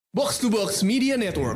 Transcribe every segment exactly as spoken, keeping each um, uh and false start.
Box to Box Media Network.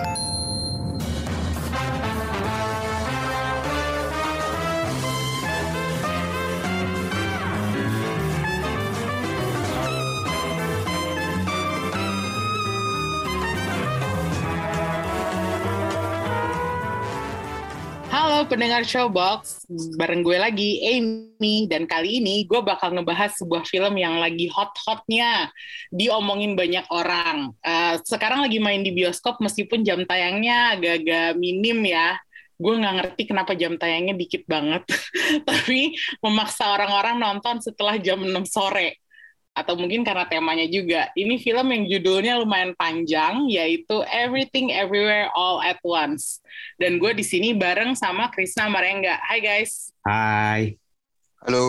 Halo pendengar Showbox, bareng gue lagi Amy, dan kali ini gue bakal ngebahas sebuah film yang lagi hot-hotnya diomongin banyak orang. Uh, sekarang lagi main di bioskop meskipun jam tayangnya agak-agak minim ya. Gue nggak ngerti kenapa jam tayangnya dikit banget, tapi memaksa orang-orang nonton setelah jam enam sore. Atau mungkin karena temanya juga. Ini film yang judulnya lumayan panjang, yaitu Everything Everywhere All at Once. Dan gue di sini bareng sama Krisna Marengga. Hai guys. Hai. Halo.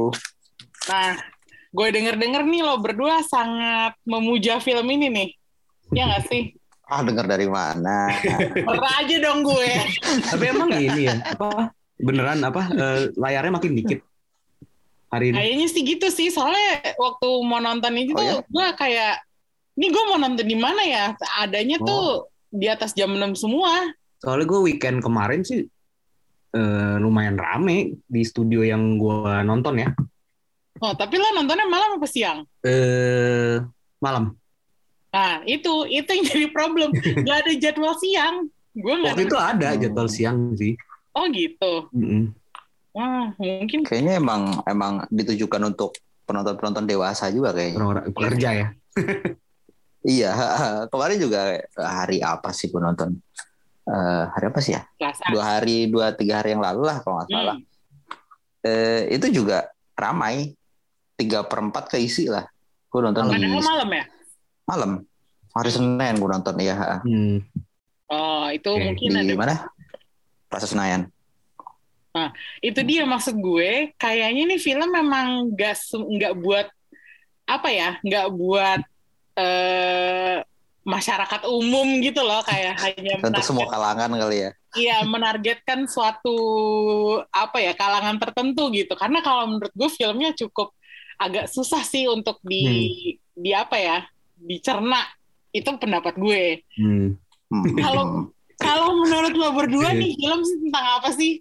Nah, gue denger-denger nih lo berdua sangat memuja film ini nih. Ya nggak sih? Ah, denger dari mana? Pernah aja dong gue. Tapi emang ini ya, apa beneran apa uh, layarnya makin dikit hari ini? Kayaknya sih gitu sih, soalnya waktu mau nonton itu Oh, ya? gue kayak, ini gue mau nonton di mana ya? Adanya Oh. tuh di atas jam enam semua. Soalnya gue weekend kemarin sih uh, lumayan rame di studio yang gue nonton ya. Oh, tapi lo nontonnya malam apa siang? Eh malam. Nah, itu itu yang jadi problem. Gak ada jadwal siang. Gue nggak. Waktu itu ada Hmm. jadwal siang sih. Oh gitu. Mm-mm. Wah, mungkin. Kayaknya emang emang ditujukan untuk penonton-penonton dewasa juga kayaknya. Orang-orang pekerja ya. Iya, kemarin juga hari apa sih gue nonton? Eh, hari apa sih ya? Selasa. Dua hari, dua tiga hari yang lalu lah kalau nggak salah. Hmm. Eh, itu juga ramai, tiga perempat keisi lah. Gue nonton di Padahal malam ya? malam, hari Senin gue nonton ya. Hmm. Oh, itu Oke, mungkin ada. Di mana? Plaza Senayan. Itu dia maksud gue. Kayaknya nih film memang nggak se- nggak buat apa ya? Nggak buat eh, masyarakat umum gitu loh. Kayak hanya Untuk semua menarget- kalangan kali ya. Iya, menargetkan suatu apa ya kalangan tertentu gitu. Karena kalau menurut gue filmnya cukup agak susah sih untuk di di apa ya dicerna. Itu pendapat gue. Hmm. Hmm. Kalau kalau menurut lo berdua nih film sih tentang apa sih?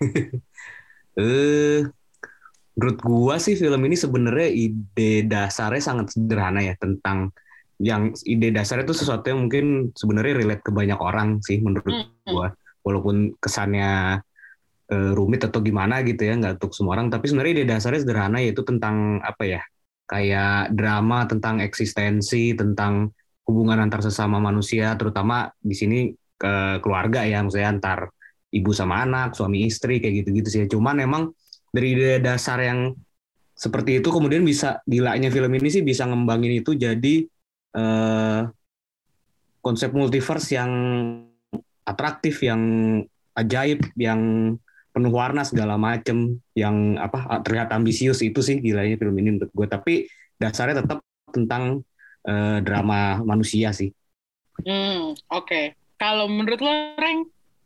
Eh, menurut gua sih film ini sebenarnya ide dasarnya sangat sederhana ya, tentang yang ide dasarnya itu sesuatu yang mungkin sebenarnya relate ke banyak orang sih menurut Hmm. gua, walaupun kesannya eh, rumit atau gimana gitu ya, nggak untuk semua orang, tapi sebenarnya ide dasarnya sederhana, yaitu tentang apa ya, kayak drama tentang eksistensi, tentang hubungan antar sesama manusia, terutama di sini ke keluarga ya, maksudnya antar ibu sama anak, suami istri, kayak gitu-gitu sih. Cuman emang dari ide dasar yang seperti itu kemudian bisa, gilanya film ini sih bisa ngembangin itu jadi eh, konsep multiverse yang atraktif, yang ajaib, yang penuh warna segala macem, yang apa terlihat ambisius. Itu sih gilanya film ini menurut gue. Tapi dasarnya tetap tentang eh, drama manusia sih. Hmm, oke. Kalau menurut lo, Reng?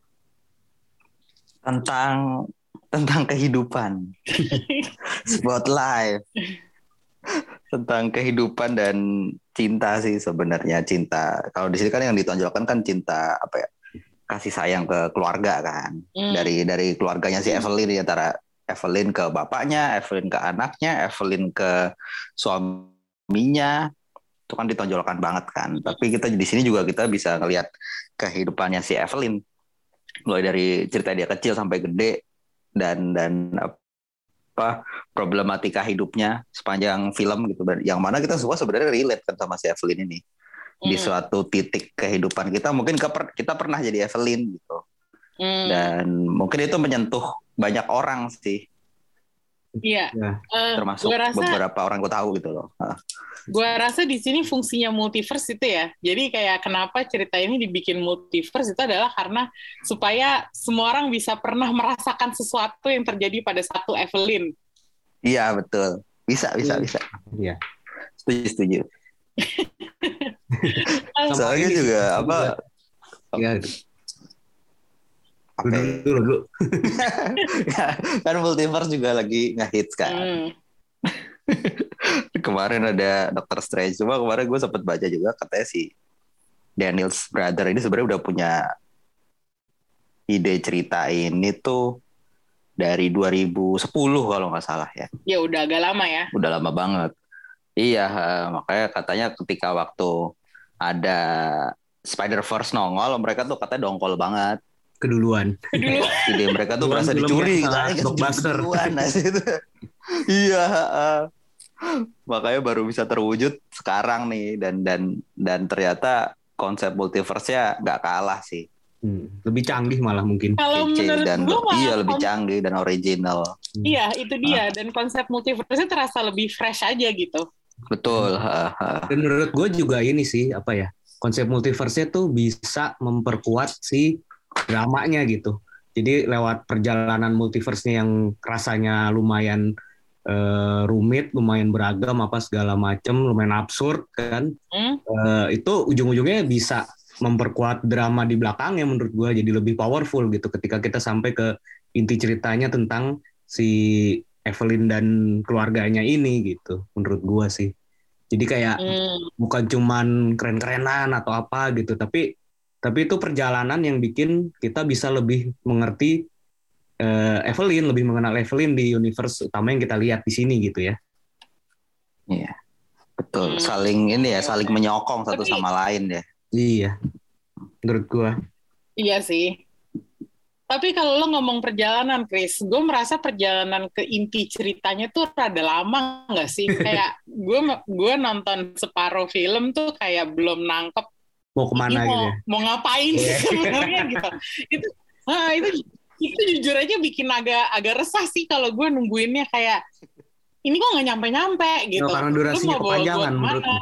tentang tentang kehidupan. Spotlight tentang kehidupan dan cinta sih sebenarnya. Cinta kalau di sini kan yang ditonjolkan kan cinta apa ya, kasih sayang ke keluarga kan. Hmm. dari dari keluarganya si Evelyn, di antara Evelyn ke bapaknya, Evelyn ke anaknya, Evelyn ke suaminya, itu kan ditonjolkan banget kan. Tapi kita di sini juga kita bisa ngelihat kehidupannya si Evelyn, mulai dari cerita dia kecil sampai gede, dan dan apa problematika hidupnya sepanjang film gitu, yang mana kita semua sebenarnya relate kan sama si Evelyn ini. Di Hmm. suatu titik kehidupan kita mungkin keper, kita pernah jadi Evelyn gitu, Hmm. dan mungkin itu menyentuh banyak orang sih, Iya. Ya. Eh, termasuk gue rasa, beberapa orang gue tahu gitu loh. Ah. gue rasa di sini fungsinya multiverse itu ya. Jadi kayak kenapa cerita ini dibikin multiverse itu adalah karena supaya semua orang bisa pernah merasakan sesuatu yang terjadi pada satu Evelyn. Iya betul, bisa bisa Hmm. bisa, Iya. setuju setuju. Eh, Sama Soalnya ini sih, juga juga- apa Ya, apa dulu, ya? dulu, dulu. Kan multiverse juga lagi ngehits kan. hmm. Kemarin ada Doctor Strange, cuma kemarin gue sempet baca juga katanya si Daniels Brother ini sebenarnya udah punya ide cerita ini tuh dari dua ribu sepuluh kalau nggak salah ya. Ya udah agak lama ya. Udah lama banget. Iya, makanya katanya ketika waktu ada Spider-Verse nongol, mereka tuh katanya dongkol banget. Keduluan. Keduluan. Ide mereka tuh berasa dicuri. Blockbuster. Iya. Makanya baru bisa terwujud sekarang nih. Dan dan dan ternyata konsep multiverse-nya nggak kalah sih. Hmm, lebih canggih malah mungkin. Kalau menurut dan gue malah iya lebih konsep, canggih dan original. Iya itu dia, dan konsep multiverse terasa lebih fresh aja gitu. Betul. Dan menurut gue juga ini sih apa ya, konsep multiverse tuh bisa memperkuat si dramanya gitu. Jadi lewat perjalanan multiverse-nya yang rasanya lumayan uh, rumit, lumayan beragam apa segala macam, lumayan absurd kan. Hmm? Uh, itu ujung-ujungnya bisa memperkuat drama di belakangnya menurut gue, jadi lebih powerful gitu ketika kita sampai ke inti ceritanya tentang si Evelyn dan keluarganya ini gitu menurut gue sih. Jadi kayak mm. bukan cuman keren-kerenan atau apa gitu, tapi tapi itu perjalanan yang bikin kita bisa lebih mengerti uh, Evelyn, lebih mengenal Evelyn di universe utama yang kita lihat di sini gitu ya. Iya. Betul, saling ini ya, saling menyokong satu tapi, sama lain ya. Iya, menurut gue. Iya sih. Tapi kalau lo ngomong perjalanan, Chris, gue merasa perjalanan ke inti ceritanya tuh rada lama nggak sih? Kayak gue gue nonton separuh film tuh kayak belum nangkep mau kemana mau, gitu ya? Mau ngapain sih sebenarnya gitu. Itu, ah, itu itu jujur aja bikin agak agak resah sih kalau gue nungguinnya kayak ini kok nggak nyampe-nyampe gitu. No, karena durasinya kepanjangan menurutku.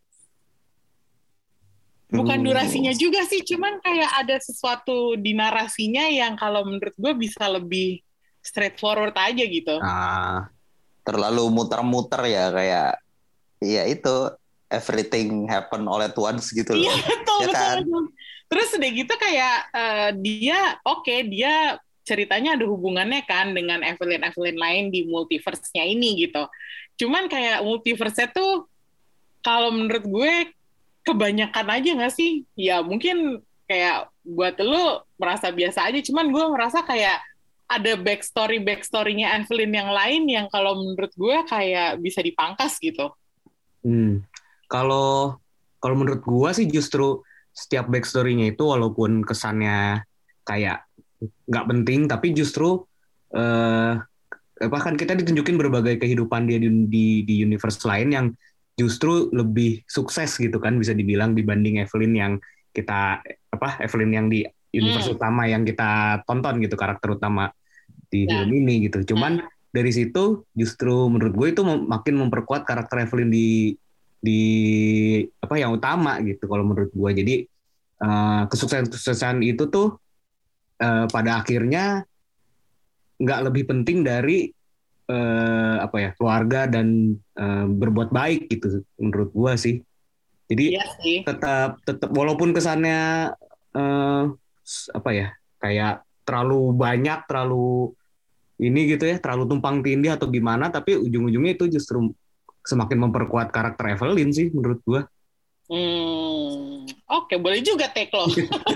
Bukan durasinya juga sih, cuman kayak ada sesuatu di narasinya yang kalau menurut gue bisa lebih straightforward aja gitu. Ah, terlalu muter-muter ya, kayak ya itu everything happen all at once gitu loh. Iya betul, ya betul, kan? betul. Terus udah gitu kayak uh, dia oke okay, dia ceritanya ada hubungannya kan dengan Evelyn-Evelyn lain di multiverse-nya ini gitu. Cuman kayak multiverse-nya tuh kalau menurut gue kebanyakan aja nggak sih? Ya mungkin kayak buat lo merasa biasa aja, cuman gue merasa kayak ada backstory backstory-nya Evelyn yang lain yang kalau menurut gue kayak bisa dipangkas gitu. Hmm. Kalau kalau menurut gue sih justru setiap backstory-nya itu walaupun kesannya kayak nggak penting, tapi justru eh, bahkan kita ditunjukin berbagai kehidupan dia di, di, di universe lain yang justru lebih sukses gitu kan bisa dibilang dibanding Evelyn yang kita apa Evelyn yang di universe hmm. utama yang kita tonton gitu, karakter utama di ya. film ini gitu. Cuman hmm. dari situ justru menurut gue itu makin memperkuat karakter Evelyn di di apa yang utama gitu kalau menurut gue. Jadi uh, kesuksesan-kesuksesan itu tuh uh, pada akhirnya nggak lebih penting dari Uh, apa ya keluarga dan uh, berbuat baik gitu menurut gua sih. Jadi iya sih. tetap tetap walaupun kesannya uh, apa ya kayak terlalu banyak, terlalu ini gitu ya, terlalu tumpang tindih atau gimana, tapi ujung-ujungnya itu justru semakin memperkuat karakter Evelyn sih menurut gua. Hmm, oke okay, boleh juga Teklo.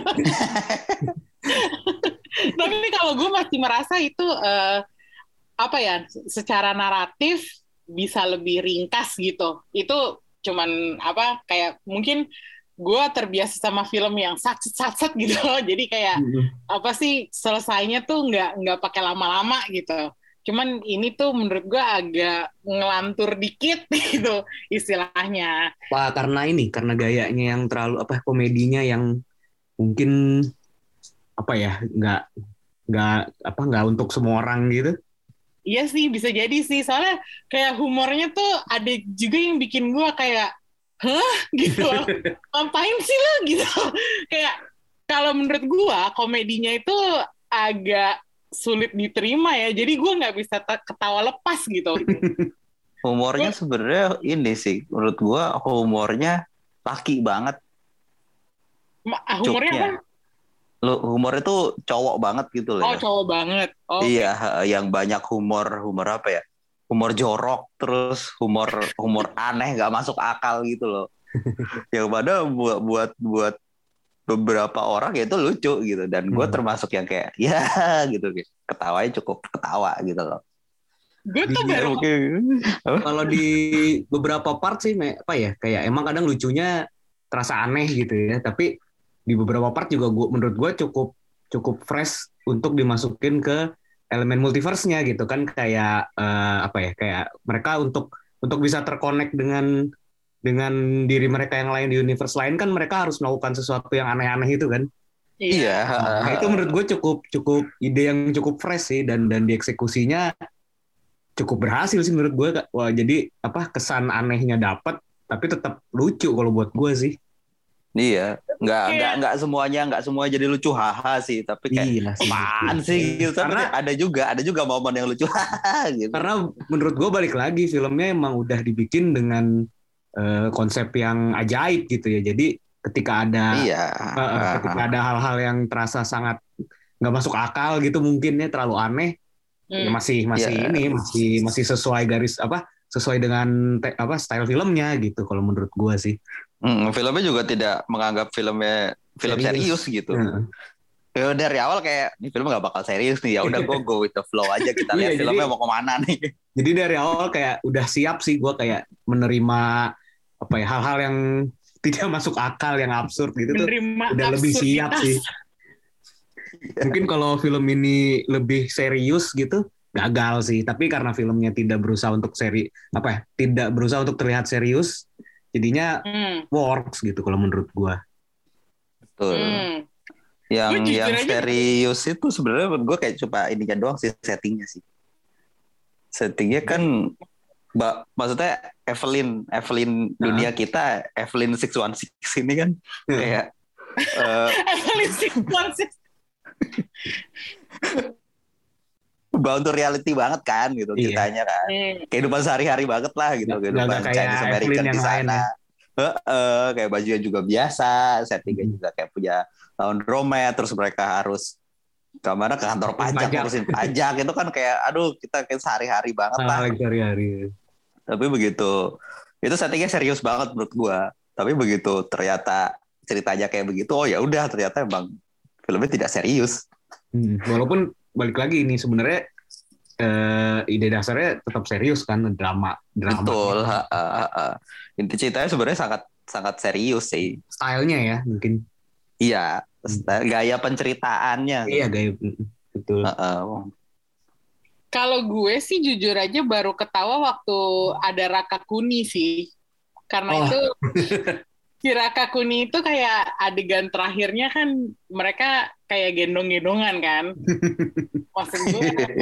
Tapi kalau gua masih merasa itu uh, apa ya, secara naratif bisa lebih ringkas gitu. Itu cuman apa kayak mungkin gue terbiasa sama film yang satset-satset gitu. Jadi kayak mm-hmm. apa sih selesainya tuh nggak nggak pakai lama-lama gitu. Cuman ini tuh menurut gue agak ngelantur dikit gitu istilahnya. Pak karena ini karena gayanya yang terlalu apa komedinya yang mungkin apa ya nggak nggak apa nggak untuk semua orang gitu. Iya sih, bisa jadi sih. Soalnya kayak humornya tuh ada juga yang bikin gue kayak, hah? Gitu loh. Ngapain sih lo? Gitu. Kayak, kalau menurut gue, komedinya itu agak sulit diterima ya. Jadi gue nggak bisa t- ketawa lepas gitu. Humornya sebenarnya ini sih. Menurut gue, humornya laki banget. Ma- humornya Cuknya. apa? Lo humor itu cowok banget gitu loh. Oh, ya. cowok banget. Oh, iya, okay. Yang banyak humor, humor apa ya? Humor jorok, terus humor humor aneh, nggak masuk akal gitu loh. Yang pada buat buat buat beberapa orang ya itu lucu gitu, dan gue Hmm. termasuk yang kayak ya gitu, ketawanya cukup ketawa gitu loh. Gue tuh Di- baru Oke. Kalau di beberapa part sih me- apa ya kayak emang kadang lucunya terasa aneh gitu ya, tapi di beberapa part juga gua, menurut gue cukup cukup fresh untuk dimasukin ke elemen multiverse-nya gitu kan, kayak eh, apa ya kayak mereka untuk untuk bisa terkonek dengan dengan diri mereka yang lain di universe lain kan mereka harus melakukan sesuatu yang aneh-aneh itu kan. Iya. Nah, itu menurut gue cukup cukup ide yang cukup fresh sih, dan dan dieksekusinya cukup berhasil sih menurut gue. Wah, jadi apa kesan anehnya dapat tapi tetap lucu kalau buat gue sih. Iya, nggak Kayak- nggak nggak semuanya nggak semua jadi lucu haha sih, tapi kayak Iya sih. apaan sih gitu. Tapi Karena- ada juga ada juga momen yang lucu haha gitu. Karena menurut gue balik lagi filmnya emang udah dibikin dengan eh, konsep yang ajaib gitu ya. Jadi ketika ada Iya. eh, ketika ada hal-hal yang terasa sangat nggak masuk akal gitu mungkin ya terlalu aneh, ya Hmm. masih masih Iya. ini masih masih sesuai garis apa sesuai dengan te- apa style filmnya gitu kalau menurut gue sih. Hmm, filmnya juga tidak menganggap filmnya film Serius. serius, gitu. Heeh. Ya dari awal kayak ini film nggak bakal serius nih, ya udah gue go with the flow aja, kita lihat Iya, filmnya jadi- mau kemana nih. Jadi dari awal kayak udah siap sih gue kayak menerima apa ya hal-hal yang tidak masuk akal yang absurd gitu tuh Menerima udah lebih siap absurditas. sih. Mungkin kalau film ini lebih serius gitu gagal sih, tapi karena filmnya tidak berusaha untuk seri apa ya tidak berusaha untuk terlihat serius jadinya Hmm. works gitu kalau menurut gue. Betul. Hmm. Yang Gue jujur yang aja- serius itu sebenarnya menurut gue kayak cuma ininya doang sih, settingnya sih. Settingnya kan, Mbak, maksudnya Evelyn, Evelyn Nah. dunia kita, Evelyn six one six ini kan kayak eh, Evelyn Sixpence. bound to reality banget kan gitu Iya. ceritanya kan. Hmm. Kehidupan sehari-hari banget lah gitu, Nggak- kehidupan nggak kayak Chinese Evelyn American yang di lain sana. ya. Heeh, kayak bajunya juga biasa, settingnya Hmm. juga kayak punya laundromat, terus mereka harus kemana ke kantor pajak, Pajak. ngurusin pajak itu kan kayak aduh kita kayak sehari-hari banget lah. Hal-hal sehari-hari. Tapi begitu itu settingnya serius banget menurut gua. Tapi begitu ternyata ceritanya kayak begitu, oh ya udah ternyata emang filmnya tidak serius. Hmm, Walaupun balik lagi ini sebenarnya eh, ide dasarnya tetap serius kan drama drama. Betul. Ha, ha, ha, ha. Inti ceritanya sebenarnya sangat sangat serius sih. Stylenya ya mungkin. Iya, gaya penceritaannya. Iya gaya mm, betul. Ha, ha. Kalau gue sih jujur aja baru ketawa waktu ada Raka Kuni sih. Karena Oh. itu si Raka Kuni itu kayak adegan terakhirnya kan mereka kayak gendong-gendongan kan. Maksud gue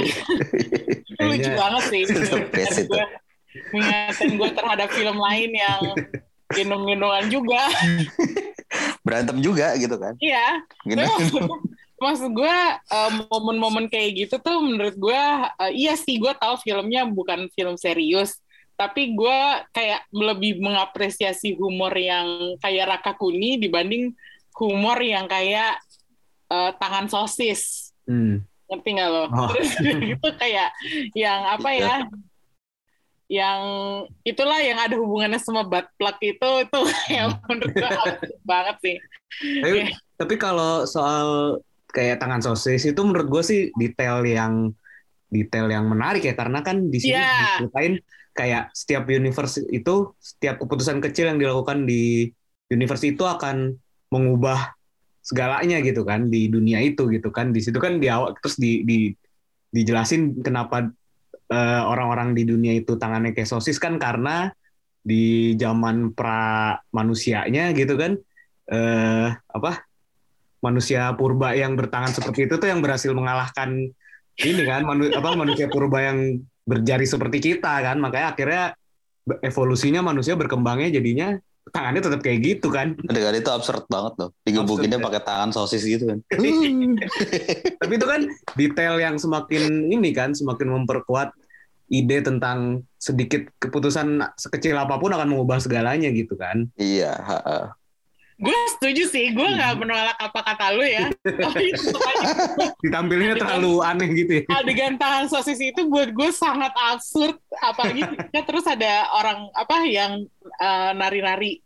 itu lucu Kayaknya- banget sih. The best itu. Gue mengingatkan gue terhadap film lain yang gendong-gendongan juga. Berantem juga gitu kan. Iya. Gitu. Tapi maksud, maksud gue eh, momen-momen kayak gitu tuh menurut gue eh, iya sih gue tahu filmnya bukan film serius, tapi gue kayak lebih mengapresiasi humor yang kayak Raka Kuni dibanding humor yang kayak eh, tangan sosis. Hmm. Ngerti nggak lo? Oh. Terus itu kayak yang apa ya? Yang itulah yang ada hubungannya sama butt plug itu itu yang menurut gue absurd banget sih. Tapi, tapi kalau soal kayak tangan sosis itu menurut gue sih detail yang detail yang menarik ya karena kan di sini Iya. diceritain kayak setiap universe itu setiap keputusan kecil yang dilakukan di universe itu akan mengubah segalanya gitu kan di dunia itu gitu kan di situ kan di awal terus di, di dijelasin kenapa eh, orang-orang di dunia itu tangannya kayak sosis kan karena di zaman pra manusianya gitu kan eh, apa manusia purba yang bertangan seperti itu tuh yang berhasil mengalahkan ini kan manu, apa manusia purba yang berjari seperti kita kan makanya akhirnya evolusinya manusia berkembangnya jadinya tangannya tetap kayak gitu kan. Adegan itu absurd banget loh. Digebukinnya Absurd, ya. pakai tangan sosis gitu kan. Tapi itu kan detail yang semakin ini kan semakin memperkuat ide tentang sedikit keputusan sekecil apapun akan mengubah segalanya gitu kan. Iya, ha, ha. Gue setuju sih, gue nggak menolak apa kata lu ya. Tapi tetap aja Ditampilnya terlalu aneh gitu ya. adegan tangan sosis itu buat gue sangat absurd. Apalagi ketika terus ada orang apa yang eh, nari-nari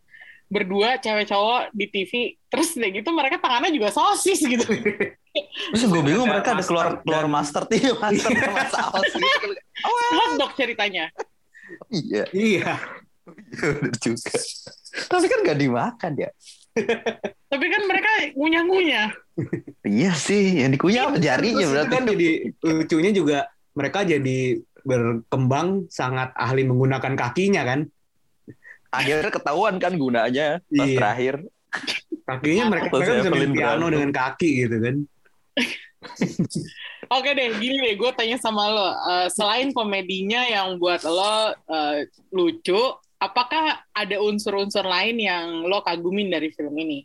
berdua cewek cowok di T V, terus udah gitu mereka tangannya juga sosis gitu. Terus gue bingung mereka ada keluar keluar master nih, master sama saus gitu. Hotdog ceritanya. Iya. Iya. Bener juga. Tapi kan gak dimakan ya. Tapi kan mereka ngunyah-ngunyah. Iya sih, yang dikunyah apa jarinya Terus berarti. kan jadi lucunya juga mereka jadi berkembang sangat ahli menggunakan kakinya kan. Akhirnya ketahuan kan gunanya pas Iya. terakhir. Kakinya mereka, Terus mereka bisa Evelyn main piano berantem. dengan kaki gitu kan. Oke deh, gini deh, gue tanya sama lo, uh, selain komedinya yang buat lo uh, lucu, apakah ada unsur-unsur lain yang lo kagumin dari film ini?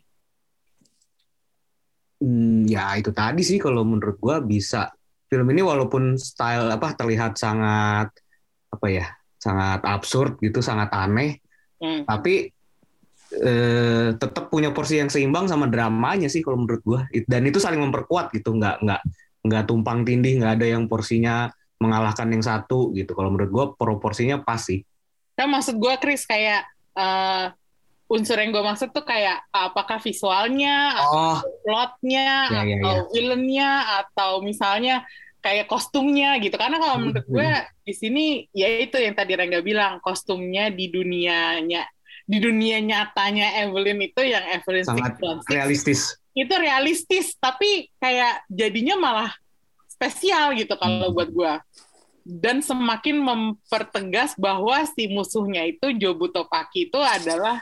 Hmm, ya itu tadi sih kalau menurut gua bisa. Film ini walaupun style apa terlihat sangat apa ya, sangat absurd gitu, sangat aneh, Hmm. tapi eh, tetap punya porsi yang seimbang sama dramanya sih kalau menurut gua. It- Dan itu saling memperkuat gitu, nggak nggak nggak tumpang tindih, nggak ada yang porsinya mengalahkan yang satu gitu. Kalau menurut gua proporsinya pas sih. Kan maksud gue, Chris, kayak uh, unsur yang gue maksud tuh kayak apakah visualnya, Oh, plotnya, Ya, ya, atau villainnya, atau misalnya kayak kostumnya gitu. Karena kalau menurut gue di sini ya itu yang tadi Rangga bilang, kostumnya di dunianya, di dunia nyatanya Evelyn itu yang Evelyn sangat enam six realistis. itu realistis, tapi kayak jadinya malah spesial gitu kalau Hmm. buat gue. Dan semakin mempertegas bahwa si musuhnya itu Jobutopaki itu adalah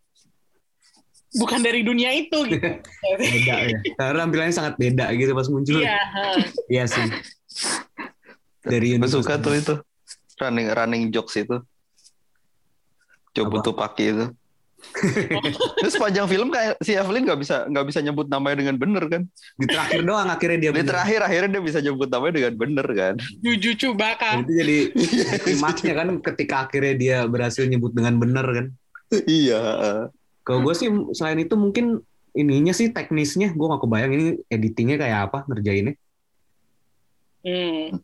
bukan dari dunia itu gitu. Beda ya. Karena tampilannya sangat beda gitu pas muncul. Iya. heeh. Iya sih. Dari Gue universe. suka tuh itu running running jokes itu. Coba Apa? tuh pakai itu. Terus sepanjang film kayak si Evelyn nggak bisa nggak bisa nyebut namanya dengan bener kan? Di terakhir doang akhirnya dia Di bener. terakhir akhirnya dia bisa nyebut namanya dengan bener kan? Juju Chewbacca. Dan itu jadi klimaksnya kan ketika akhirnya dia berhasil nyebut dengan bener kan. Iya. Kalau gue sih selain itu mungkin ininya sih teknisnya gue gak kebayang ini editingnya kayak apa ngerjainnya. Hmm.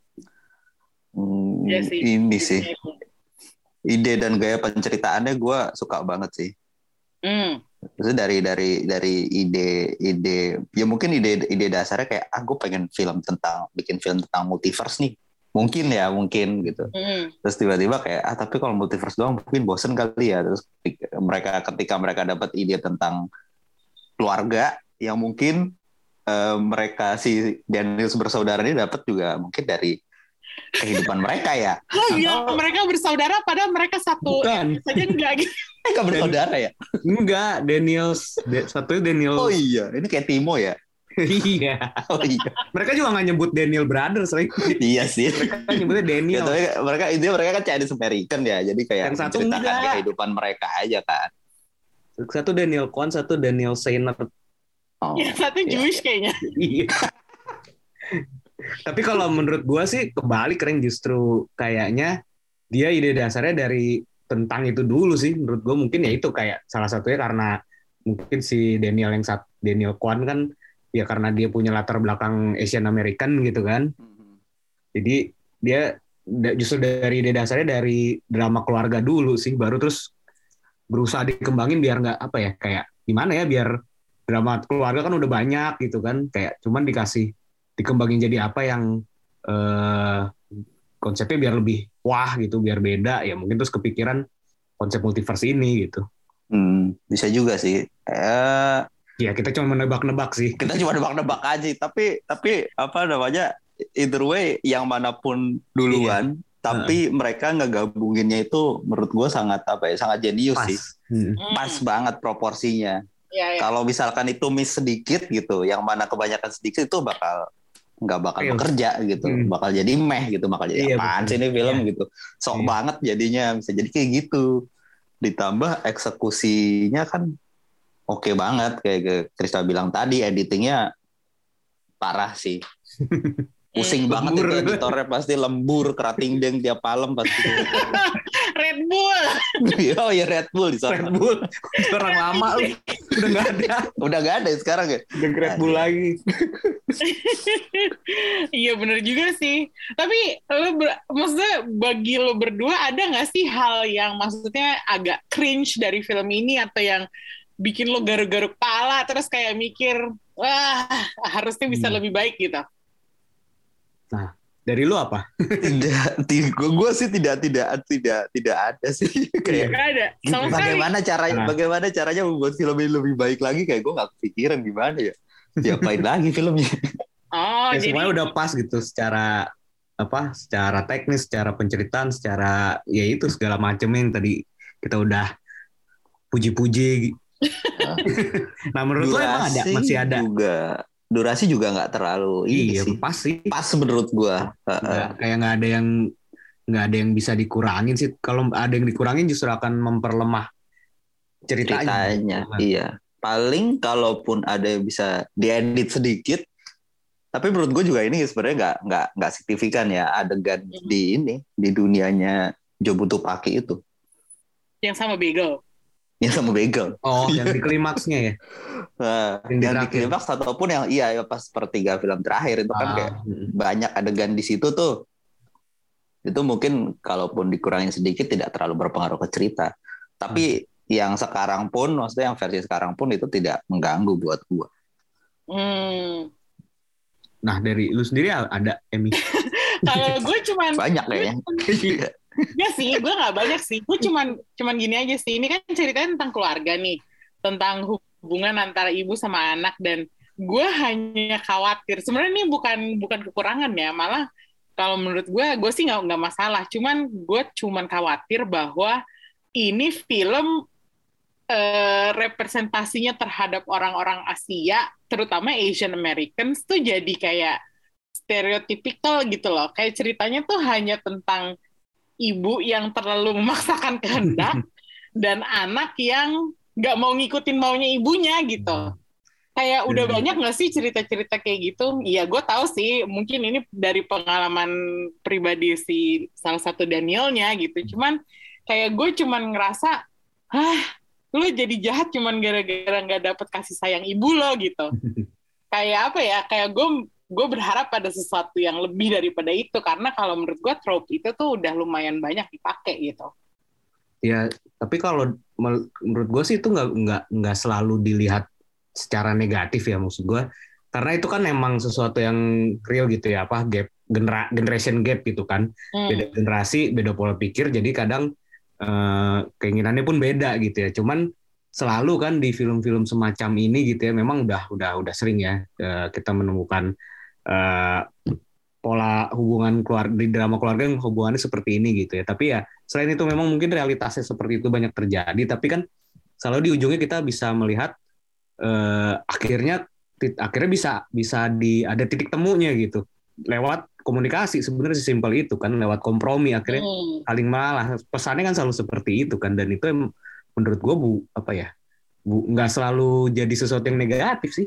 Hmm, Iya sih. Ini sih ide dan gaya penceritaannya gue suka banget sih. Hmm. Terus dari dari dari ide ide ya mungkin ide ide dasarnya kayak ah gue pengen film tentang bikin film tentang multiverse nih. Mungkin ya mungkin gitu. Hmm. Terus tiba-tiba kayak ah tapi kalau multiverse doang mungkin bosen kali ya. Terus mereka ketika mereka dapat ide tentang keluarga yang mungkin eh, mereka si Daniels bersaudara ini dapat juga mungkin dari kehidupan mereka ya. Oh iya, mereka bersaudara padahal mereka satu Bukan. saja enggak gitu. Mereka bersaudara ya. Enggak, Daniels de, satunya Daniel. Oh iya, ini kayak Timo ya. Iya. Oh iya. Mereka juga nggak nyebut Daniel Brothers lagi. Iya sih. Mereka nyebutnya Daniel. Ya, tapi mereka itu mereka kan Chinese American ya, jadi kayak Yang satu menceritakan enggak. kehidupan mereka aja kan. Satu Daniel Kwan, satu Daniel Sainer. Oh, Yang satu iya, Jewish iya. kayaknya. Iya. Tapi kalau menurut gua sih kebalik Reng, justru kayaknya dia ide dasarnya dari tentang itu dulu sih. Menurut gua mungkin ya itu kayak salah satunya karena mungkin si Daniel yang sat, Daniel Kwan kan ya karena dia punya latar belakang Asian American gitu kan. Jadi dia da- justru dari ide dasarnya dari drama keluarga dulu sih, baru terus berusaha dikembangin biar nggak apa ya kayak gimana ya biar drama keluarga kan udah banyak gitu kan, kayak cuman dikasih dikembangin jadi apa yang eh, konsepnya biar lebih wah gitu, biar beda ya mungkin terus kepikiran konsep multiverse ini gitu. Hmm, bisa juga sih. Eh, Ya kita cuma menebak-nebak sih. kita cuma nebak-nebak aja, tapi tapi apa namanya? Either way, yang manapun duluan, tapi mereka ngegabunginnya itu menurut gue sangat apa ya? Sangat jenius Pas. sih. Hmm. Hmm. Pas banget proporsinya. Iya, iya. Kalau misalkan itu miss sedikit gitu, yang mana kebanyakan sedikit itu bakal nggak bakal Fail. bekerja gitu, Hmm. bakal jadi meh gitu, bakal jadi Iya, apaan betul. sih ini film Iya. gitu, sok Iya. banget jadinya, bisa jadi kayak gitu. Ditambah eksekusinya kan oke banget kayak Krista bilang tadi, editingnya parah sih, pusing Hmm. banget Lembur. itu editornya pasti lembur, kerating deng tiap malam pasti. Red Bull. Oh ya Red Bull di sana. Red Bull orang lama lu. Udah nggak ada. Udah nggak ada sekarang ya. Udah Red Bull lagi. Iya bener juga sih. Tapi lo ber- maksudnya bagi lo berdua ada nggak sih hal yang maksudnya agak cringe dari film ini atau yang bikin lo garuk-garuk kepala terus kayak mikir wah harusnya bisa Hmm. lebih baik gitu. Nah, dari lu apa? Tidak, gue sih tidak tidak tidak tidak ada sih. Kayak Nggak ada sama sekali. bagaimana caranya Nah. bagaimana caranya membuat film ini lebih baik lagi, kayak gue nggak kepikiran gimana ya. Diapain lagi filmnya? Oh Ya, jadi semuanya udah pas gitu secara apa? Secara teknis, secara penceritaan, secara ya itu segala macam yang tadi kita udah puji-puji. Nah, menurut lo emang ada Durasi masih ada? juga. Durasi juga nggak terlalu ini Iya, sih. pas sih. Pas menurut gue. Nggak, kayak nggak ada yang nggak ada yang bisa dikurangin sih. Kalau ada yang dikurangin justru akan memperlemah ceritanya. Ceritanya, iya. Paling kalaupun ada yang bisa diedit sedikit, tapi menurut gue juga ini sebenarnya nggak nggak nggak signifikan ya adegan Mhm. di ini di dunianya Jobutu Paki itu yang sama Bagel. yang sama Bagel. Oh, yang di klimaksnya ya. Nah, Yang di yang di terakhir. klimaks ataupun yang iya ya pas sepertiga film terakhir itu kan Ah, kayak mm. banyak adegan di situ tuh. Itu mungkin kalaupun dikurangin sedikit tidak terlalu berpengaruh ke cerita. Tapi yang sekarang pun, maksudnya yang versi sekarang pun itu tidak mengganggu buat gua. Hmm. Nah, dari lu sendiri ada Emmy? Kalau gue cuman Banyak kayaknya. ya sih, gue nggak banyak sih. Gue cuman cuman gini aja sih. Ini kan ceritanya tentang keluarga nih, tentang hubungan antara ibu sama anak dan gue hanya khawatir. Sebenarnya ini bukan bukan kekurangan ya, malah kalau menurut gue, gue sih nggak nggak masalah. Cuman gue cuman khawatir bahwa ini film eh, representasinya terhadap orang-orang Asia, terutama Asian Americans tuh jadi kayak stereotypical gitu loh. Kayak ceritanya tuh hanya tentang ibu yang terlalu memaksakan kehendak dan anak yang nggak mau ngikutin maunya ibunya gitu. Kayak udah Hmm. banyak nggak sih cerita-cerita kayak gitu? Iya, gue tahu sih. Mungkin ini dari pengalaman pribadi si salah satu Danielnya gitu. Cuman kayak gue cuman ngerasa, ah, lu jadi jahat cuman gara-gara nggak dapet kasih sayang ibu lo gitu. Kayak apa ya? Kayak gue gue berharap ada sesuatu yang lebih daripada itu, karena kalau menurut gue trope itu tuh udah lumayan banyak dipakai gitu. Ya, tapi kalau mel- menurut gue sih itu nggak nggak nggak selalu dilihat secara negatif ya, maksud gue. Karena itu kan emang sesuatu yang real gitu ya, apa gap genera- generation gap gitu kan. Hmm. Beda generasi, beda pola pikir, jadi kadang eh, keinginannya pun beda gitu ya. Cuman selalu kan di film-film semacam ini gitu ya, memang udah udah udah sering ya eh, kita menemukan eh, pola hubungan keluarga di drama keluarga yang hubungannya seperti ini gitu ya. Tapi ya selain itu memang mungkin realitasnya seperti itu banyak terjadi, tapi kan selalu di ujungnya kita bisa melihat eh, akhirnya tit- akhirnya bisa bisa di ada titik temunya gitu lewat komunikasi. Sebenarnya sesimpel itu kan, lewat kompromi akhirnya Hmm. saling malah. Pesannya kan selalu seperti itu kan, dan itu em- menurut gue bu apa ya bu nggak selalu jadi sesuatu yang negatif sih.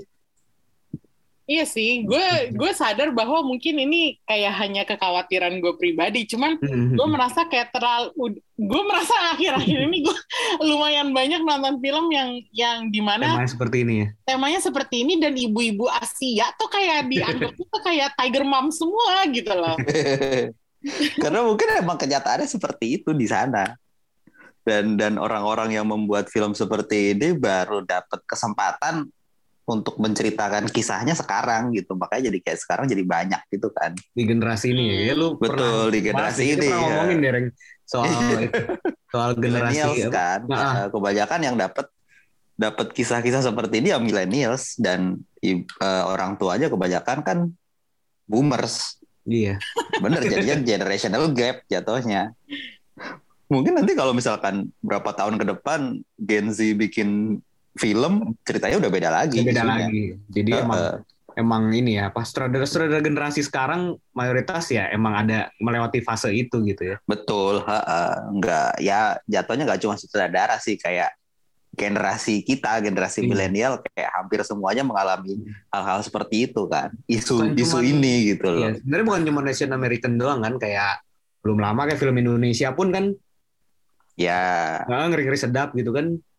Iya sih, gue gue sadar bahwa mungkin ini kayak hanya kekhawatiran gue pribadi. Cuman gue merasa kayak terlalu, gue merasa akhir-akhir ini gue lumayan banyak nonton film yang yang dimana Temanya seperti ini ya. temanya seperti ini dan ibu-ibu Asia tuh kayak dianggap tuh kayak tiger mom semua gitu loh. Karena mungkin emang kenyataannya seperti itu di sana. Dan dan orang-orang yang membuat film seperti ini baru dapat kesempatan untuk menceritakan kisahnya sekarang gitu. Makanya jadi kayak sekarang jadi banyak gitu kan. Di generasi ini ya, ya lu Betul, pernah di bahas generasi nih, kita ini, pernah ya. ngomongin deh Reng, soal itu, soal generasi Millennials apa? kan. Nah, Eh, kebanyakan yang dapat dapat kisah-kisah seperti ini ya millennials, dan i- eh, orang tuanya kebanyakan kan boomers. iya. Bener, jadinya generational gap jatuhnya. Mungkin nanti kalau misalkan berapa tahun ke depan Gen Z bikin film, ceritanya udah beda lagi. Beda isunya. lagi. Jadi Uh, emang uh, emang ini ya, pas sutradara-sutradara generasi sekarang mayoritas ya emang ada melewati fase itu gitu ya. betul, ha, ha. Nggak, ya jatuhnya nggak cuma sutradara sih, kayak generasi kita, generasi Iya. milenial, kayak hampir semuanya mengalami hal-hal seperti itu kan. Isu Bukan isu cuman- ini gitu loh. Iya, sebenarnya bukan cuma Asian American doang kan, kayak belum lama kayak film Indonesia pun kan Ya, nggak ngeri-ngeri sedap gitu kan.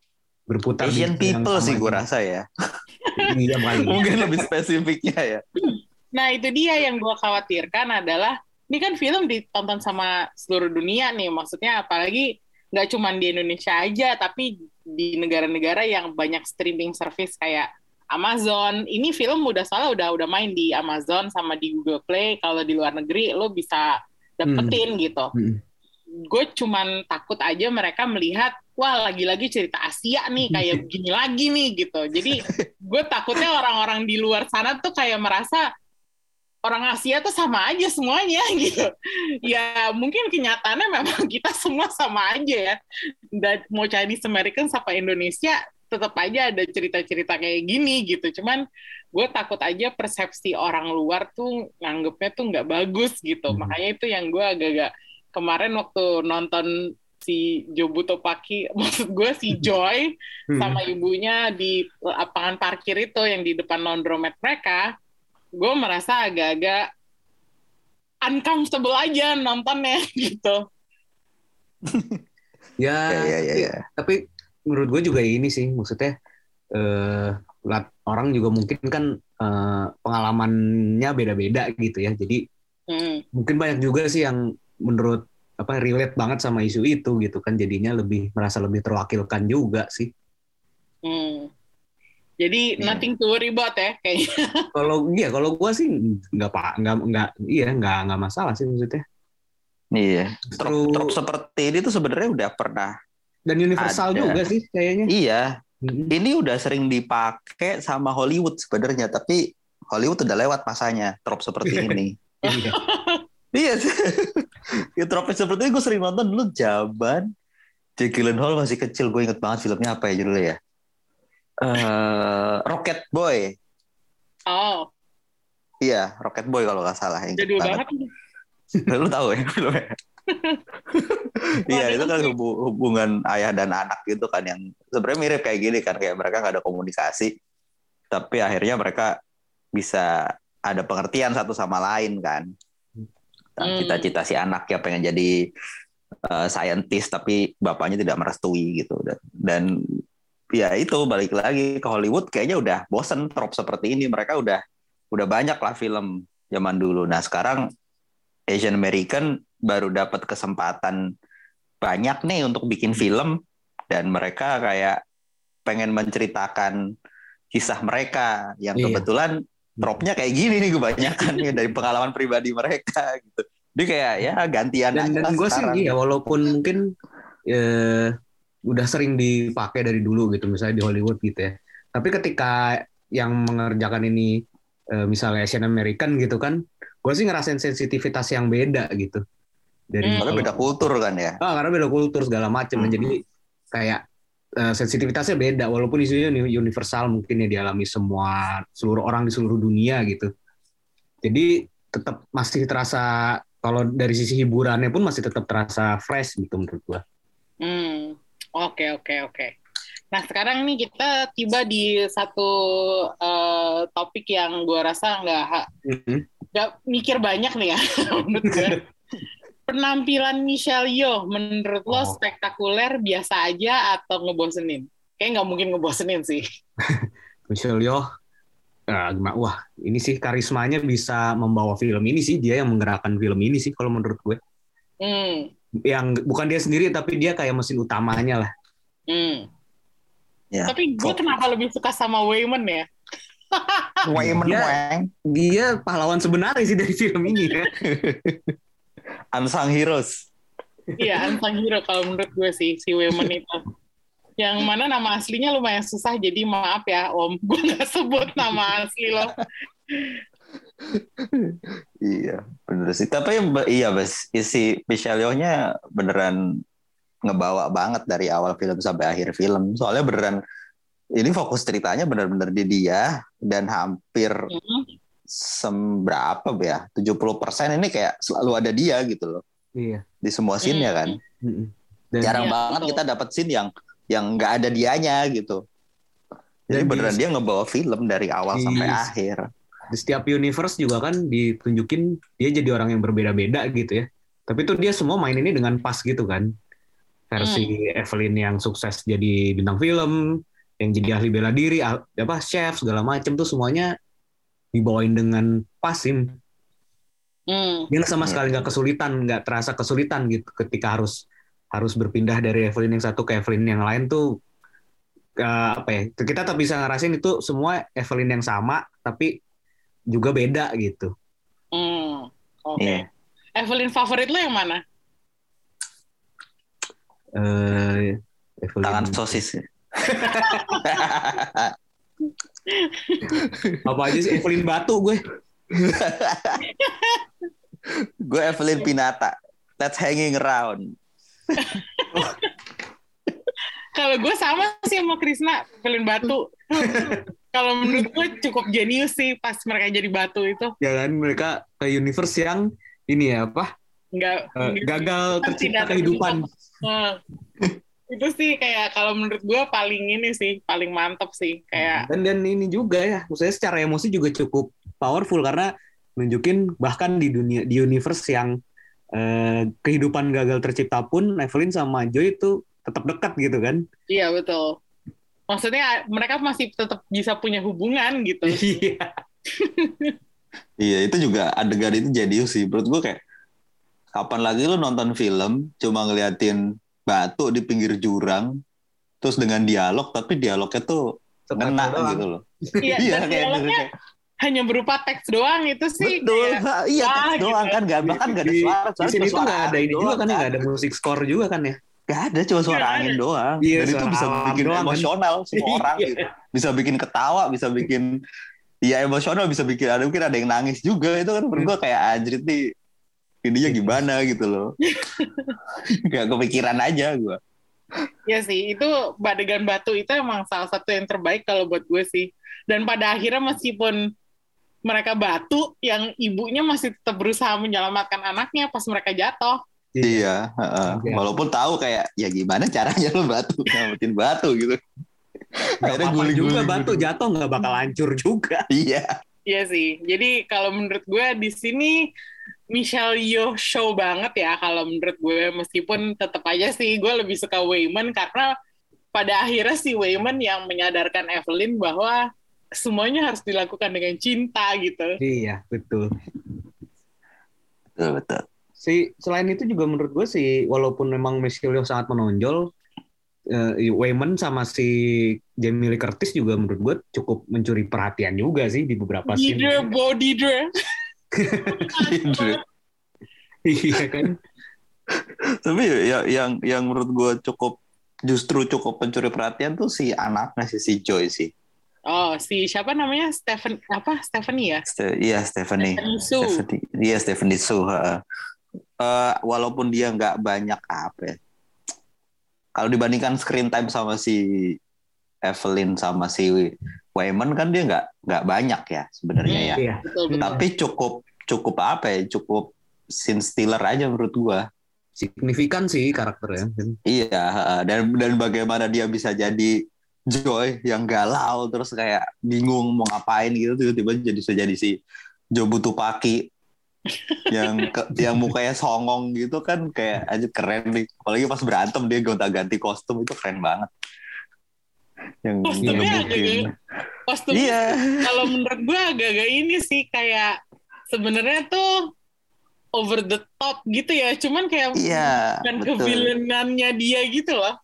berputar di Asian isu yang people sama sih gue gitu. rasa ya. Iya paling. Mungkin lebih spesifiknya ya. Nah itu dia yang gue khawatirkan adalah ini kan film ditonton sama seluruh dunia nih, maksudnya apalagi nggak cuma di Indonesia aja, tapi di negara-negara yang banyak streaming service kayak Amazon. Ini film udah salah udah udah main di Amazon sama di Google Play. Kalau di luar negeri lo bisa dapetin hmm. gitu. Hmm. Gue cuman takut aja mereka melihat, wah lagi-lagi cerita Asia nih kayak begini lagi nih gitu. Jadi gue takutnya orang-orang di luar sana tuh kayak merasa orang Asia tuh sama aja semuanya gitu. Ya mungkin kenyataannya memang kita semua sama aja ya. Dan mau Chinese American sampai Indonesia tetap aja ada cerita-cerita kayak gini gitu. Cuman gue takut aja persepsi orang luar tuh nganggepnya tuh nggak bagus gitu. Hmm. Makanya itu yang gue agak-agak kemarin waktu nonton si Jobuto Paki, maksud gue si Joy hmm. sama ibunya di lapangan parkir itu yang di depan laundromat mereka, gue merasa agak-agak uncomfortable aja nontonnya gitu. ya, ya, ya, ya, ya. Tapi menurut gue juga ini sih, maksudnya eh, orang juga mungkin kan eh, pengalamannya beda-beda gitu ya. Jadi hmm. mungkin banyak juga sih yang menurut apa relate banget sama isu itu gitu kan, jadinya lebih merasa lebih terwakilkan juga sih. Hmm. Jadi nothing to worry about ya kayaknya. Kalau iya kalau gue sih nggak pak nggak nggak iya nggak nggak masalah sih maksudnya. Iya. Trop, trop seperti ini tuh sebenarnya udah pernah dan universal ada. Juga sih kayaknya. Iya. Hmm. Ini udah sering dipakai sama Hollywood sebenarnya, tapi Hollywood udah lewat masanya trop seperti ini. Iya sih. Ya trope seperti itu gue sering nonton dulu zaman Jake Gyllenhaal masih kecil. Gue inget banget filmnya apa ya judulnya ya? Uh, Rocket Boy. Oh. Iya, Rocket Boy kalau nggak salah. Jadul banget. banget. Lu tahu ya filmnya? Iya, itu kan hubungan ayah dan anak gitu kan yang sebenarnya mirip kayak gini kan, kayak mereka nggak ada komunikasi, tapi akhirnya mereka bisa ada pengertian satu sama lain kan. Hmm. Cita-cita si anak ya pengen jadi uh, scientist tapi bapaknya tidak merestui gitu, dan, dan ya itu balik lagi ke Hollywood kayaknya udah bosen trop seperti ini. Mereka udah udah banyak lah film zaman dulu. Nah sekarang Asian American baru dapat kesempatan banyak nih untuk bikin film, dan mereka kayak pengen menceritakan kisah mereka yang yeah. kebetulan tropnya kayak gini nih kebanyakan nih dari pengalaman pribadi mereka gitu. Dia kayak ya gantian dan, aja. Dan gue sih iya walaupun mungkin eh, udah sering dipakai dari dulu gitu misalnya di Hollywood gitu ya. Tapi ketika yang mengerjakan ini eh, misalnya Asian American gitu kan, gue sih ngerasain sensitivitas yang beda gitu. Dari hmm. Karena beda kultur kan ya. Ah, karena beda kultur segala macam. Hmm. Jadi kayak Uh, sensitivitasnya beda walaupun isunya universal mungkin ya dialami semua seluruh orang di seluruh dunia gitu. Jadi tetap masih terasa kalau dari sisi hiburannya pun masih tetap terasa fresh gitu menurut gua. Hmm, oke oke oke. Nah sekarang nih kita tiba di satu uh, topik yang gua rasa nggak mm-hmm. nggak mikir banyak nih ya menurut gua. Penampilan Michelle Yeoh menurut lo oh. spektakuler, biasa aja, atau ngebosenin? Kayaknya nggak mungkin ngebosenin sih. Michelle Yeoh, uh, wah ini sih karismanya bisa membawa film ini sih, dia yang menggerakkan film ini sih kalau menurut gue. Hmm. Yang bukan dia sendiri tapi dia kayak mesin utamanya lah. Hmm. Ya. Tapi gue oh. kenapa lebih suka sama Waymond ya? Waymond dia, dia pahlawan sebenarnya sih dari film ini ya. Unsung Heroes. Iya, Unsung Hero kalau menurut gue sih, si Waymond itu. Yang mana nama aslinya lumayan susah, jadi maaf ya Om, gue gak sebut nama asli lo. Iya, bener sih. Tapi iya, Bas, isi Michelle Yeoh-nya beneran ngebawa banget dari awal film sampai akhir film. Soalnya beneran, ini fokus ceritanya bener-bener di dia, dan hampir... Hmm. Seberapa ya tujuh puluh persen ini kayak selalu ada dia gitu loh. Iya. Di semua scene-nya kan. Mm-hmm. Dan jarang iya, banget betul. Kita dapat scene yang yang nggak ada dianya gitu. Jadi dan beneran di, dia ngebawa film dari awal di, sampai akhir. Di setiap universe juga kan ditunjukin dia jadi orang yang berbeda-beda gitu ya. Tapi tuh dia semua main ini dengan pas gitu kan. versi hmm. Evelyn yang sukses jadi bintang film, yang jadi ahli bela diri, apa chef segala macam tuh semuanya dibawain dengan pasin. Hmm. Dia sama sekali nggak kesulitan, nggak terasa kesulitan gitu ketika harus harus berpindah dari Evelyn yang satu ke Evelyn yang lain tuh uh, apa ya? Kita tetap bisa ngerasain itu semua Evelyn yang sama tapi juga beda gitu. Hmm. Oke. Okay. Yeah. Evelyn favorit lo yang mana? Uh, Evelyn... Tangan sosis. Apa aja sih Evelyn Batu gue. Gue Evelyn Pinata. That's hanging around. Kalau gue sama sih sama Krisna, Evelyn Batu. Kalau menurut gue cukup jenius sih pas mereka jadi batu itu. Ya kan, mereka ke universe yang ini ya apa? Nggak, uh, gagal tercipta kehidupan. Uh, itu sih kayak kalau menurut gue paling ini sih, paling mantap sih kayak. Dan dan ini juga ya, maksudnya secara emosi juga cukup powerful karena nunjukin bahkan di dunia di universe yang eh, kehidupan gagal tercipta pun Evelyn sama Joy itu tetap dekat gitu kan. Iya betul. Maksudnya mereka masih tetap bisa punya hubungan gitu. Iya. Iya itu juga adegan itu jadi sih. Menurut gue kayak kapan lagi lu nonton film cuma ngeliatin batu di pinggir jurang terus dengan dialog tapi dialognya tuh ngena gitu loh. Iya, iya dan dialognya kayak hanya berupa teks doang itu sih. Betul, kayak, iya teks gitu. Doang kan, gak, bahkan gak ada suara. Di sini tuh gak ada ini juga kan ya, gak ada musik score juga kan ya. Gak ada, cuma suara ya, angin doang. Iya, dan itu bisa bikin emosional kan? Semua orang gitu. Bisa bikin ketawa, bisa bikin ya emosional, bisa bikin ada mungkin ada yang nangis juga. Itu kan menurut gue kayak anjir nih ininya gimana gitu loh. Gak kepikiran aja gue. Iya sih, itu Adegan Batu itu emang salah satu yang terbaik kalau buat gue sih. Dan pada akhirnya meskipun mereka batu, yang ibunya masih tetap berusaha menyelamatkan anaknya pas mereka jatuh. Iya, uh, yeah. Walaupun tahu kayak ya gimana caranya lo batu, nyelamatin batu gitu. Akhirnya guling juga batu gitu. Jatuh nggak bakal hancur juga. Iya. Iya sih. Jadi kalau menurut gue di sini Michelle Yeoh show banget ya kalau menurut gue, meskipun tetap aja sih gue lebih suka Waymond karena pada akhirnya si Waymond yang menyadarkan Evelyn bahwa semuanya harus dilakukan dengan cinta gitu. Iya, betul. Betul, betul. Si selain itu juga menurut gue sih walaupun memang Michelle Yeoh sangat menonjol, uh, Waymond sama si Jamie Lee Curtis juga menurut gue cukup mencuri perhatian juga sih di beberapa scene. Didre, body dre. Iya kan. Tapi ya yang yang menurut gue cukup justru cukup mencuri perhatian tuh si anaknya si, si Joy sih. Oh, si siapa namanya? Stephen apa? Stephanie ya? Ste- iya, Stephanie. Stephanie Su. Stephanie, iya, Stephanie Su. Uh, walaupun dia nggak banyak apa ya. Kalau dibandingkan screen time sama si Evelyn sama si Waymond kan dia nggak nggak banyak ya sebenarnya hmm, ya. Iya. Betul, betul. Tapi cukup cukup apa ya? Cukup scene stealer aja menurut gua. Signifikan sih karakternya. Iya, uh, dan dan bagaimana dia bisa jadi Joy yang galau terus kayak bingung mau ngapain gitu tiba-tiba jadi bisa jadi si Jobutupaki yang ke, yang mukanya songong gitu kan kayak aja keren nih. Apalagi pas berantem dia gonta-ganti kostum itu keren banget. Yang kostumnya agak kostumnya iya. Kalau menurut gue agak-agak ini sih kayak sebenarnya tuh over the top gitu ya. Cuman kayak iya, bukan kevilenannya dia gitu loh.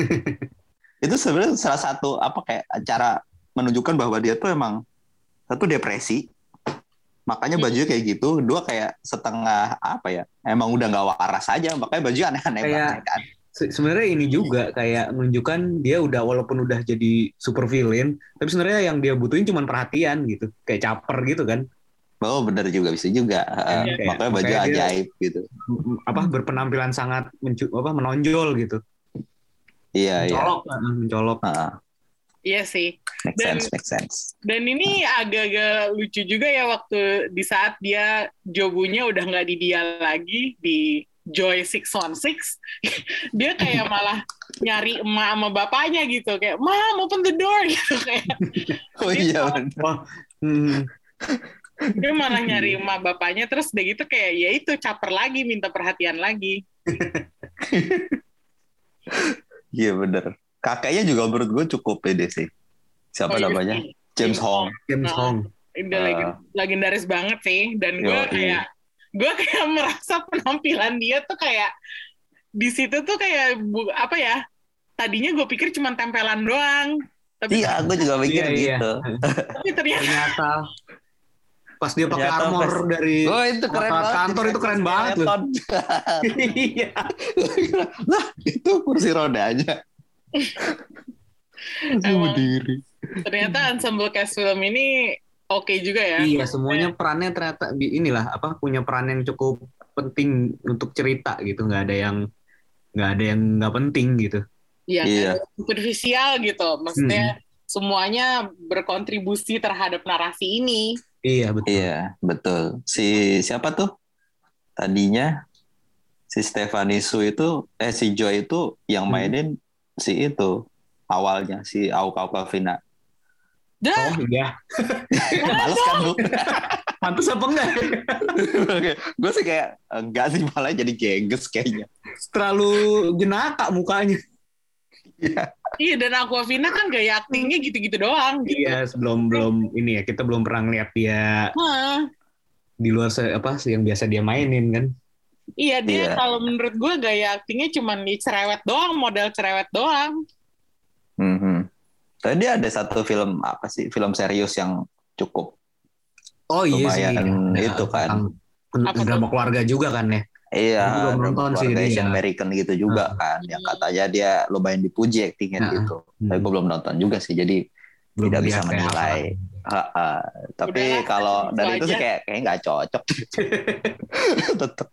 Itu sebenarnya salah satu apa kayak cara menunjukkan bahwa dia tuh emang satu depresi, makanya bajunya kayak gitu. Dua kayak setengah apa ya, emang udah nggak waras aja, makanya baju aneh-aneh banget kan. Se- sebenarnya ini juga kayak menunjukkan dia udah walaupun udah jadi super villain, tapi sebenarnya yang dia butuhin cuma perhatian gitu, kayak caper gitu kan. Oh benar juga bisa juga, uh, kayak, makanya baju makanya ajaib gitu. Apa berpenampilan sangat mencu- apa menonjol gitu. Iya, mencolok, iya. mencolok. Uh, iya sih. Make dan, sense, make sense. Dan ini agak-agak lucu juga ya waktu di saat dia Jobunya udah nggak di dia lagi di Joy six one six, dia kayak malah nyari emak sama bapaknya gitu kayak Mom open the door gitu kayak. Oh iya benar. Hmm. Dia malah nyari emak bapaknya terus udah gitu kayak ya itu caper lagi minta perhatian lagi. Iya bener. Kakeknya juga menurut gue cukup pede sih. Siapa Oh, iya namanya? sih. James James Hong. James Nah, Hong. Udah Ah. legen- legendaris banget sih. Dan gue Yoi. kayak gue kayak merasa penampilan dia tuh kayak di situ tuh kayak bu- apa ya? Tadinya gue pikir cuma tempelan doang. Tapi Iya, gue juga mikir Iya, iya. gitu. tapi ternyata Ternyata pas dia pakai Ternyata armor pas- dari Oh itu keren alat banget. kantor itu keren banget loh. Iya. Lah itu kursi rodanya. Masih Emang. berdiri. ternyata ensemble cast film ini oke juga ya. Iya, semuanya perannya ternyata di- inilah apa punya peran yang cukup penting untuk cerita gitu, nggak ada yang nggak ada yang nggak penting gitu. Yang Iya. superficial gitu. Maksudnya semuanya berkontribusi terhadap narasi ini. Iya betul. Iya, betul. Si siapa tuh? Tadinya si Stephanie Su itu eh si Joy itu yang Hmm. mainin si itu awalnya si Auka Kavina. Dah, Oh iya, Males kan lu? pantas apa enggak? Gue sih kayak enggak sih, malah jadi geges kayaknya. Terlalu jenaka mukanya. iya, dan Aquafina kan gaya aktingnya gitu-gitu doang. Gitu. Iya, sebelum belum ini ya, kita belum pernah lihat dia Hah. di luar se- apa yang biasa dia mainin kan. Iya, dia Iya. kalau menurut gue gaya aktingnya cuma di cerewet doang, model cerewet doang. Mhm. Tapi dia ada satu film apa sih? Film serius yang cukup Oh iya sih. lumayan Ya, itu kan. tentang Apa tuh? drama keluarga juga kan ya. Iya, Aku belum nonton sih keluarga dia. Asian American gitu juga kan. Yang katanya dia lumayan dipuji aktingnya Nah, gitu. hmm. Tapi gue belum nonton juga sih, jadi Belum tidak bisa lihat kayak menilai. Ha, ha. Tapi Udahlah, kalau itu dari itu sih aja. kayak kayak nggak cocok. Tetep.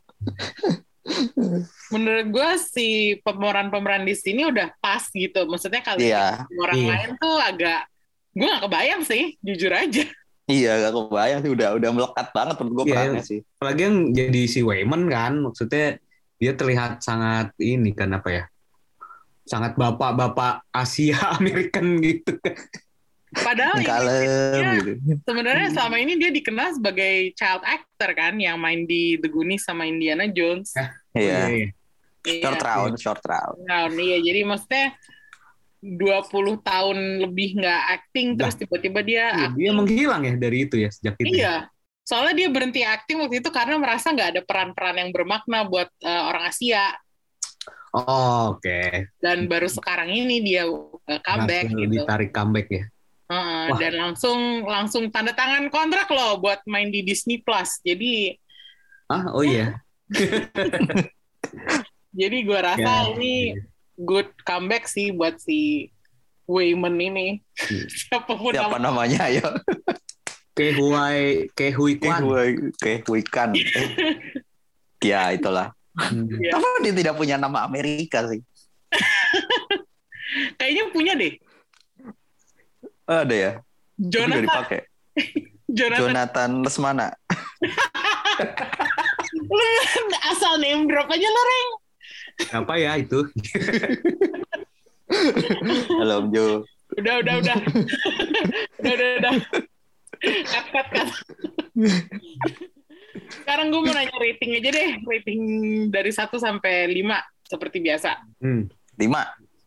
Menurut gue si pemeran-pemeran di sini udah pas gitu. Maksudnya kalau Iya, orang Iya. lain tuh agak, gue gak kebayang sih, jujur aja. iya gak kebayang sih, udah udah melekat banget menurut gue Iya. perannya sih. Apalagi yang jadi si Wayman kan, maksudnya dia terlihat sangat ini kan apa ya, sangat bapak-bapak Asia American gitu kan. Padahal ini Kalem dia- gitu. sebenarnya selama ini dia dikenal sebagai child actor kan, yang main di The Goonies sama Indiana Jones. Iya. Iya. Iya. Short round, short round. Nah, iya, jadi maksudnya dua puluh tahun lebih nggak acting, terus tiba-tiba dia Iya, dia menghilang ya dari itu ya sejak itu. Iya, soalnya dia berhenti acting waktu itu karena merasa nggak ada peran-peran yang bermakna buat eh, orang Asia. Oh, oke. Dan baru sekarang ini dia eh, comeback Langsung gitu. ditarik comeback ya. Heeh, Wah. dan langsung langsung tanda tangan kontrak loh buat main di Disney Plus. Jadi Ah, oh iya. jadi gue rasa Ya. ini good comeback sih buat si Wayman ini. Hmm. Siapapun Siapa nama- namanya ayo? Kehuai Kehui Kwan. Kayak Wikan. Ya itulah. Hmm. Iya. Tapi dia tidak punya nama Amerika sih. Kayaknya punya deh. Ada ya? Tapi nggak Jonathan. dipakai. Jonathan. Jonathan Lesmana. Lu asal name drop aja lo, Reng. Apa ya itu? Halo Om Jo. Udah, udah, udah. udah, udah, udah. Cut, cut, cut. Sekarang gue mau nanya rating aja deh. Rating dari satu sampai lima. Seperti biasa. Hmm. Lima.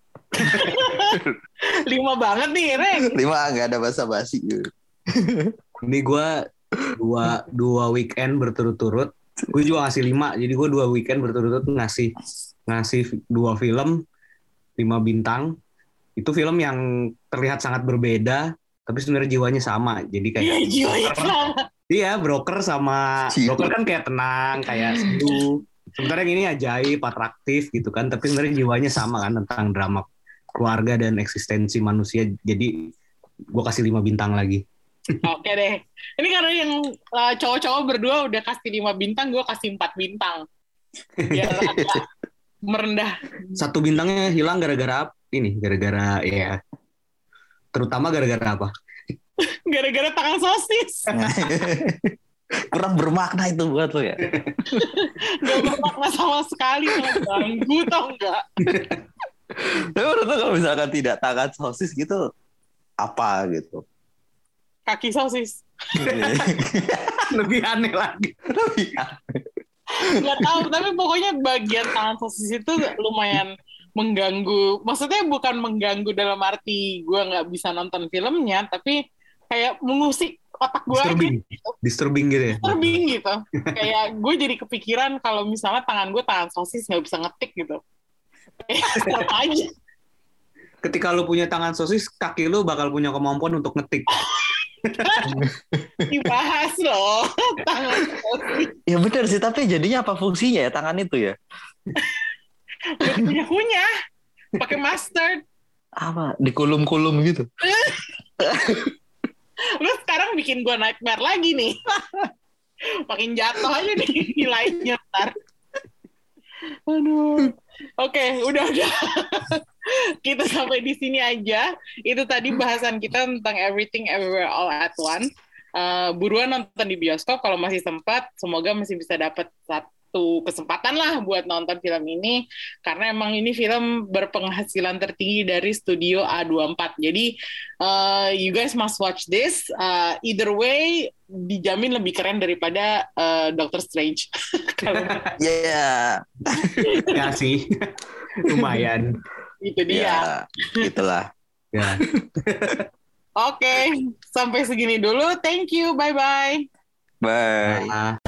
lima banget nih, Reng. Lima nggak ada basa-basi. Ini gue dua dua weekend berturut-turut. Gue juga ngasih lima. Jadi gue dua weekend berturut-turut ngasih ngasih dua film lima bintang. Itu film yang terlihat sangat berbeda, tapi sebenarnya jiwanya sama. Jadi kayak Jiwanya sama. iya, broker sama Jiwa. broker kan kayak tenang, kayak seduh. Sementara yang ini ajaib, atraktif gitu kan. Tapi sebenarnya jiwanya sama kan tentang drama keluarga dan eksistensi manusia. Jadi gue kasih lima bintang lagi. Oke deh. Ini karena yang uh, cowok-cowok berdua udah kasih lima bintang, gue kasih empat bintang. Biar agak merendah. Satu bintangnya hilang gara-gara ap- ini, gara-gara ya. Terutama gara-gara apa? Gara-gara tangan sosis. Kurang bermakna itu buat lo ya. Gak bermakna sama sekali. Malah ganggu tau nggak? Tapi menurut lo kalau misalkan tidak tangan sosis gitu, apa gitu? Kaki sosis. Lebih aneh lagi. Gak tahu, tapi pokoknya bagian tangan sosis itu lumayan mengganggu. Maksudnya bukan mengganggu dalam arti gue nggak bisa nonton filmnya, tapi kayak mengusik otak gue aja. Disturbing, Gitu. disturbing gitu ya. Disturbing gitu. Kayak gue jadi kepikiran kalau misalnya tangan gue tangan sosis nggak bisa ngetik gitu. Kayak aja. Ketika lu punya tangan sosis, kaki lu bakal punya kemampuan untuk ngetik. Dibahas loh tangan sosis. Ya benar sih, tapi jadinya apa fungsinya ya tangan itu ya? Kunyah-kunyah. Pakai mustard. Apa? Dikulum-kulum gitu. Lu sekarang bikin gue nightmare lagi nih. Makin jatuh aja nih nilainya ntar. Aduh. Oke, udah-udah. Kita sampai di sini aja. Itu tadi bahasan kita tentang Everything Everywhere All at Once. Uh, buruan nonton di bioskop kalau masih sempat. Semoga masih bisa dapat satu kesempatan lah buat nonton film ini. Karena emang ini film berpenghasilan tertinggi dari studio A dua puluh empat. Jadi, uh, you guys must watch this. Uh, either way, dijamin lebih keren daripada uh, Doctor Strange. Kalau Iya. Ya sih. Lumayan. itu dia. Ya, itulah. Ya. Oke, sampai segini dulu. Thank you. Bye-bye. Bye. Ah.